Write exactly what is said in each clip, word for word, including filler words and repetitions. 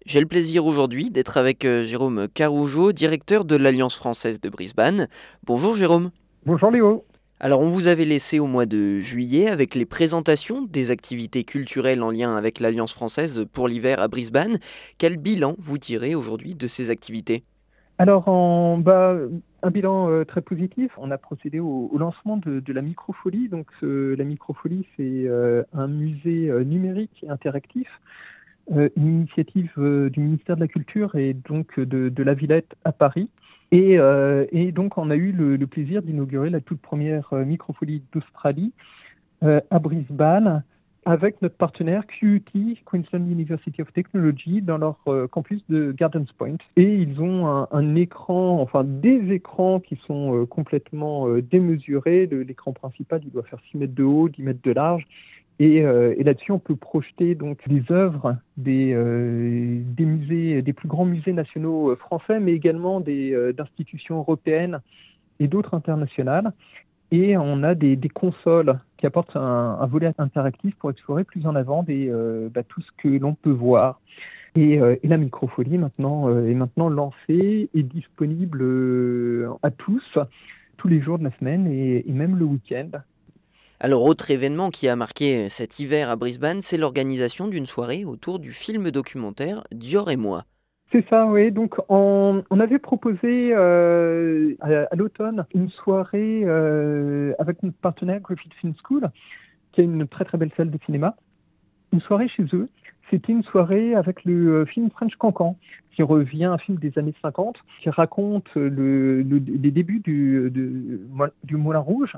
J'ai le plaisir aujourd'hui d'être avec euh, Jérôme Carougeot, directeur de l'Alliance française de Brisbane. Bonjour Jérôme. Bonjour Léo. Alors on vous avait laissé au mois de juillet avec les présentations des activités culturelles en lien avec l'Alliance française pour l'hiver à Brisbane. Quel bilan vous tirez aujourd'hui de ces activités? Alors, en, bah, un bilan euh, très positif. On a procédé au, au lancement de, de la Microfolie. Donc, ce- la Microfolie, c'est euh, un musée euh, numérique et interactif, euh, une initiative euh, du ministère de la Culture et donc de, de la Villette à Paris. Et, euh, et donc, on a eu le, le plaisir d'inaugurer la toute première euh, Microfolie d'Australie euh, à Brisbane avec notre partenaire Q U T, Queensland University of Technology, dans leur euh, campus de Gardens Point. Et ils ont un, un écran, enfin des écrans qui sont euh, complètement euh, démesurés. Le- L'écran principal, il doit faire six mètres de haut, dix mètres de large. Et, euh, et là-dessus, on peut projeter donc des œuvres des, euh, des musées, des plus grands musées nationaux euh, français, mais également des euh, d'institutions européennes et d'autres internationales. Et on a des, des consoles qui apportent un, un volet interactif pour explorer plus en avant des, euh, bah, tout ce que l'on peut voir. Et, euh, et la microfolie maintenant euh, est maintenant lancée et disponible euh, à tous, tous les jours de la semaine et, et même le week-end. Alors autre événement qui a marqué cet hiver à Brisbane, c'est l'organisation d'une soirée autour du film documentaire Dior et moi. C'est ça, oui. Donc, on, on avait proposé euh, à, à l'automne une soirée euh, avec notre partenaire Griffith Film School, qui a une très très belle salle de cinéma. Une soirée chez eux. C'était une soirée avec le euh, film French Cancan, qui revient, un film des années cinquante, qui raconte le, le- les débuts du, de- du Moulin Rouge.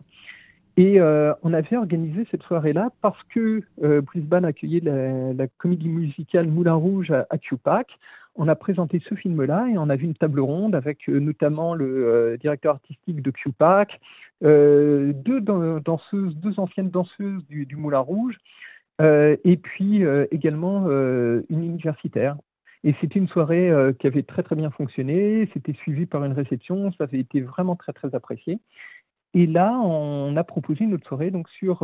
Et euh, on avait organisé cette soirée-là parce que euh, Brisbane accueillait la, la comédie musicale Moulin Rouge à, à Q-Pac. On a présenté ce film-là et on a vu une table ronde avec euh, notamment le euh, directeur artistique de Q-Pac, euh, deux dan- danseuses, deux anciennes danseuses du, du Moulin Rouge, euh, et puis euh, également euh, une universitaire. Et c'était une soirée euh, qui avait très très bien fonctionné, c'était suivi par une réception, ça avait été vraiment très très apprécié. Et là, on a proposé une autre soirée donc sur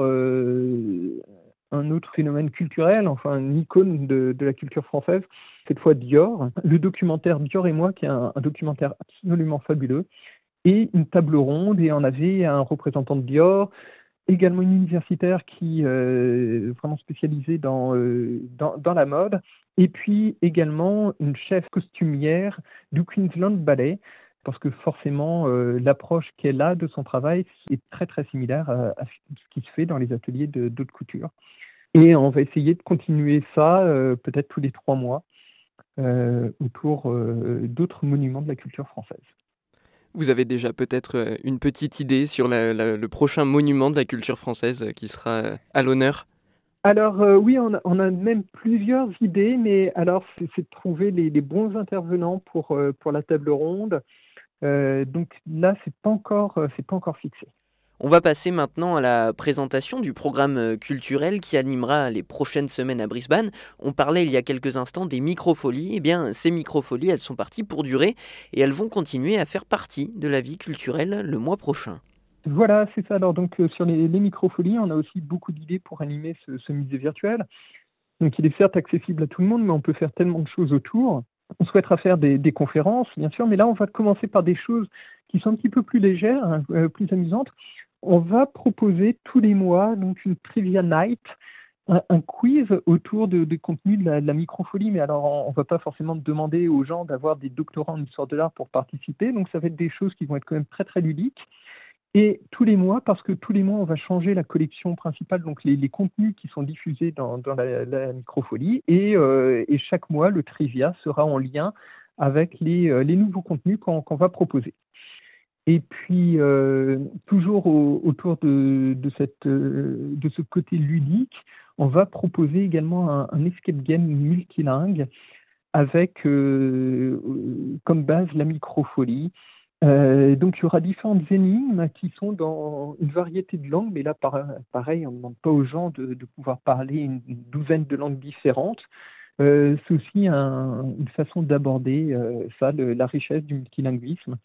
euh, un autre phénomène culturel, enfin une icône de, de la culture française, cette fois Dior, le documentaire Dior et moi, qui est un, un documentaire absolument fabuleux, et une table ronde, et on avait un représentant de Dior, également une universitaire qui est euh, vraiment spécialisée dans, euh, dans, dans la mode, et puis également une chef costumière du Queensland Ballet, parce que forcément, euh, l'approche qu'elle a de son travail est très très similaire à, à ce qui se fait dans les ateliers de d'autres couture. Et on va essayer de continuer ça euh, peut-être tous les trois mois euh, autour euh, d'autres monuments de la culture française. Vous avez déjà peut-être euh, une petite idée sur la- la- le prochain monument de la culture française euh, qui sera euh, à l'honneur? Alors euh, oui, on a, on a même plusieurs idées, mais alors c'est c'est de trouver les, les bons intervenants pour, euh, pour la table ronde. Euh, donc là, c'est pas encore, euh, c'est pas encore fixé. On va passer maintenant à la présentation du programme euh, culturel qui animera les prochaines semaines à Brisbane. On parlait il y a quelques instants des microfolies. Eh bien, ces microfolies, elles sont parties pour durer et elles vont continuer à faire partie de la vie culturelle le mois prochain. Voilà, c'est ça. Alors donc euh, sur les, les microfolies, on a aussi beaucoup d'idées pour animer ce, ce musée virtuel. Donc il est certes accessible à tout le monde, mais on peut faire tellement de choses autour. On souhaitera faire des, des conférences, bien sûr, mais là on va commencer par des choses qui sont un petit peu plus légères, hein, euh, plus amusantes. On va proposer tous les mois donc une trivia night, un, un quiz autour de, des contenus de la, de la microfolie. Mais alors on, ne va pas forcément demander aux gens d'avoir des doctorats en histoire de l'art pour participer. Donc ça va être des choses qui vont être quand même très très ludiques. Et tous les mois, parce que tous les mois, on va changer la collection principale, donc les, les contenus qui sont diffusés dans, dans la, la microfolie. Et, euh, et chaque mois, le trivia sera en lien avec les, euh, les nouveaux contenus qu'on qu'on va proposer. Et puis, euh, toujours au- autour de, de, cette, euh, de ce côté ludique, on va proposer également un, un escape game multilingue avec euh, comme base la microfolie. Euh, donc, il y aura différentes énigmes qui sont dans une variété de langues, mais là, par- pareil, on ne demande pas aux gens de, de pouvoir parler une douzaine de langues différentes. Euh, c'est aussi un- une façon d'aborder euh, ça, le- la richesse du multilinguisme.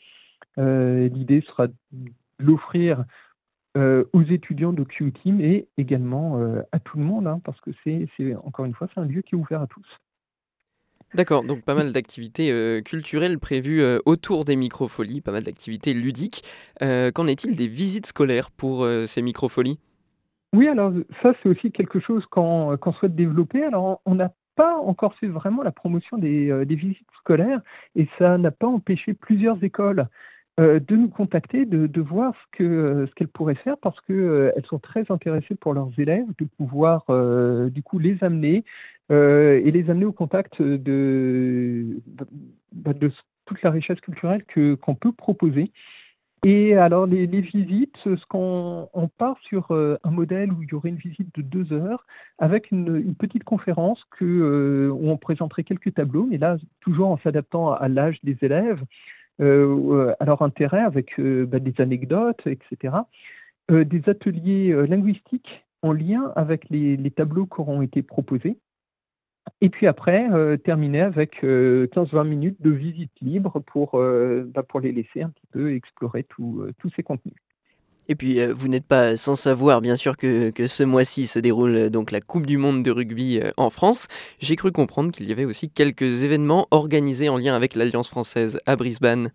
Euh, l'idée sera de l'offrir euh, aux étudiants de Q T, mais également euh, à tout le monde, hein, parce que c'est, c'est, encore une fois, c'est un lieu qui est ouvert à tous. D'accord, donc pas mal d'activités euh, culturelles prévues euh, autour des microfolies, pas mal d'activités ludiques. Euh, qu'en est-il des visites scolaires pour euh, ces microfolies? Oui, alors ça, c'est aussi quelque chose qu'on qu'on souhaite développer. Alors, on n'a pas encore fait vraiment la promotion des, euh, des visites scolaires et ça n'a pas empêché plusieurs écoles euh, de nous contacter, de, de voir ce que euh, ce qu'elles pourraient faire parce que euh, elles sont très intéressées pour leurs élèves, de pouvoir euh, du coup les amener euh, et les amener au contact de, de, de toute la richesse culturelle que qu'on peut proposer. Et alors, les, les visites, ce qu'on on part sur euh, un modèle où il y aurait une visite de deux heures avec une, une petite conférence que, euh, où on présenterait quelques tableaux, mais là, toujours en s'adaptant à l'âge des élèves, euh, à leur intérêt, avec euh, bah, des anecdotes, et cetera. Euh, des ateliers euh, linguistiques en lien avec les, les tableaux qui auront été proposés. Et puis après, euh, terminer avec euh, quinze vingt minutes de visite libre pour, euh, bah, pour les laisser un petit peu explorer tout, euh, tous ces contenus. Et puis, euh, vous n'êtes pas sans savoir, bien sûr, que, que ce mois-ci se déroule euh, donc la Coupe du Monde de rugby euh, en France. J'ai cru comprendre qu'il y avait aussi quelques événements organisés en lien avec l'Alliance française à Brisbane.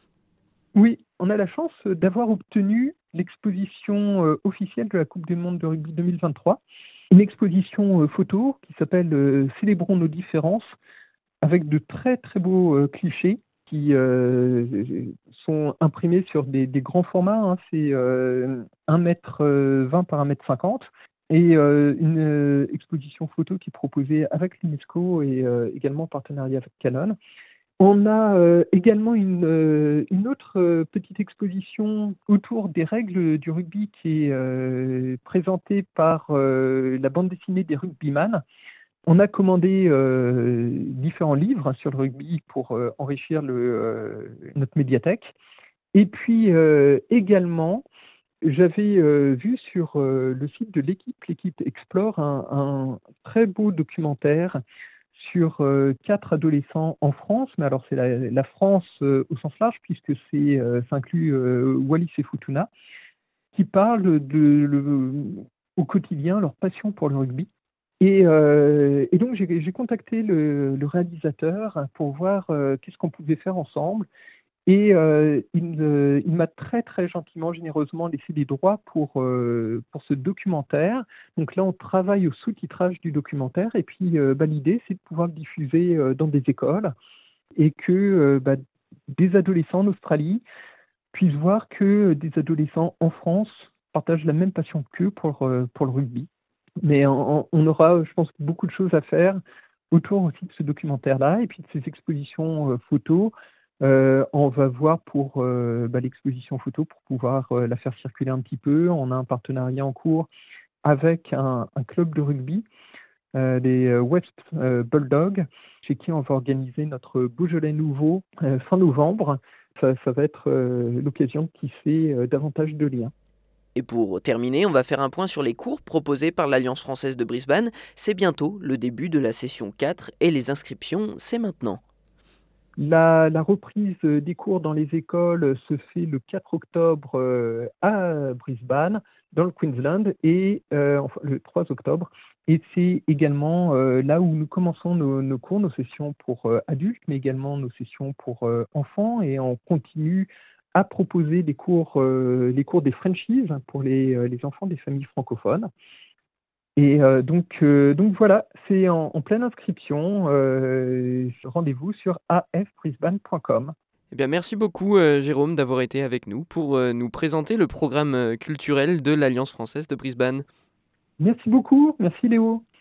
Oui, on a la chance d'avoir obtenu l'exposition euh, officielle de la Coupe du Monde de rugby deux mille vingt-trois, une exposition euh, photo qui s'appelle euh, Célébrons nos différences, avec de très très beaux euh, clichés qui euh, sont imprimés sur des, des grands formats. Hein. C'est euh, un mètre vingt par un mètre cinquante et euh, une euh, exposition photo qui est proposée avec l'UNESCO et euh, également en partenariat avec Canon. On a euh, également une, euh, une autre euh, petite exposition autour des règles du rugby qui est euh, présentée par euh, la bande dessinée des rugbyman. On a commandé euh, différents livres sur le rugby pour euh, enrichir le, euh, notre médiathèque. Et puis euh, également, j'avais euh, vu sur euh, le site de l'équipe, l'équipe Explore, un, un très beau documentaire sur euh, quatre adolescents en France, mais alors c'est la, la France euh, au sens large, puisque c'est, euh, ça inclut euh, Wallis et Futuna, qui parlent de, le, au quotidien leur passion pour le rugby. Et, euh, et donc j'ai j'ai contacté le, le réalisateur pour voir euh, qu'est-ce qu'on pouvait faire ensemble. Et euh, il, euh, il m'a très très gentiment, généreusement laissé des droits pour, euh, pour ce documentaire. Donc là, on travaille au sous-titrage du documentaire. Et puis euh, bah, l'idée, c'est de pouvoir le diffuser euh, dans des écoles et que euh, bah, des adolescents en Australie puissent voir que des adolescents en France partagent la même passion qu'eux pour, euh, pour le rugby. Mais on, on aura, je pense, beaucoup de choses à faire autour aussi de ce documentaire-là et puis de ces expositions euh, photos. Euh, on va voir pour euh, bah, l'exposition photo pour pouvoir euh, la faire circuler un petit peu. On a un partenariat en cours avec un, un club de rugby, euh, les euh, West euh, Bulldogs, chez qui on va organiser notre Beaujolais nouveau euh, fin novembre. Ça, ça va être euh, l'occasion qui fait euh, davantage de liens. Et pour terminer, on va faire un point sur les cours proposés par l'Alliance française de Brisbane. C'est bientôt le début de la session quatre et les inscriptions, c'est maintenant. La, la reprise des cours dans les écoles se fait le quatre octobre euh, à Brisbane, dans le Queensland, et euh, enfin, le trois octobre. Et c'est également euh, là où nous commençons nos, nos cours, nos sessions pour euh, adultes, mais également nos sessions pour euh, enfants. Et on continue à proposer les cours, euh, les cours des Frenchies pour les, euh, les enfants des familles francophones. Et euh, donc, euh, donc voilà, c'est en, en pleine inscription. Euh, rendez-vous sur a f brisbane point com. Eh bien, merci beaucoup, euh, Jérôme, d'avoir été avec nous pour euh, nous présenter le programme euh, culturel de l'Alliance française de Brisbane. Merci beaucoup, merci Léo.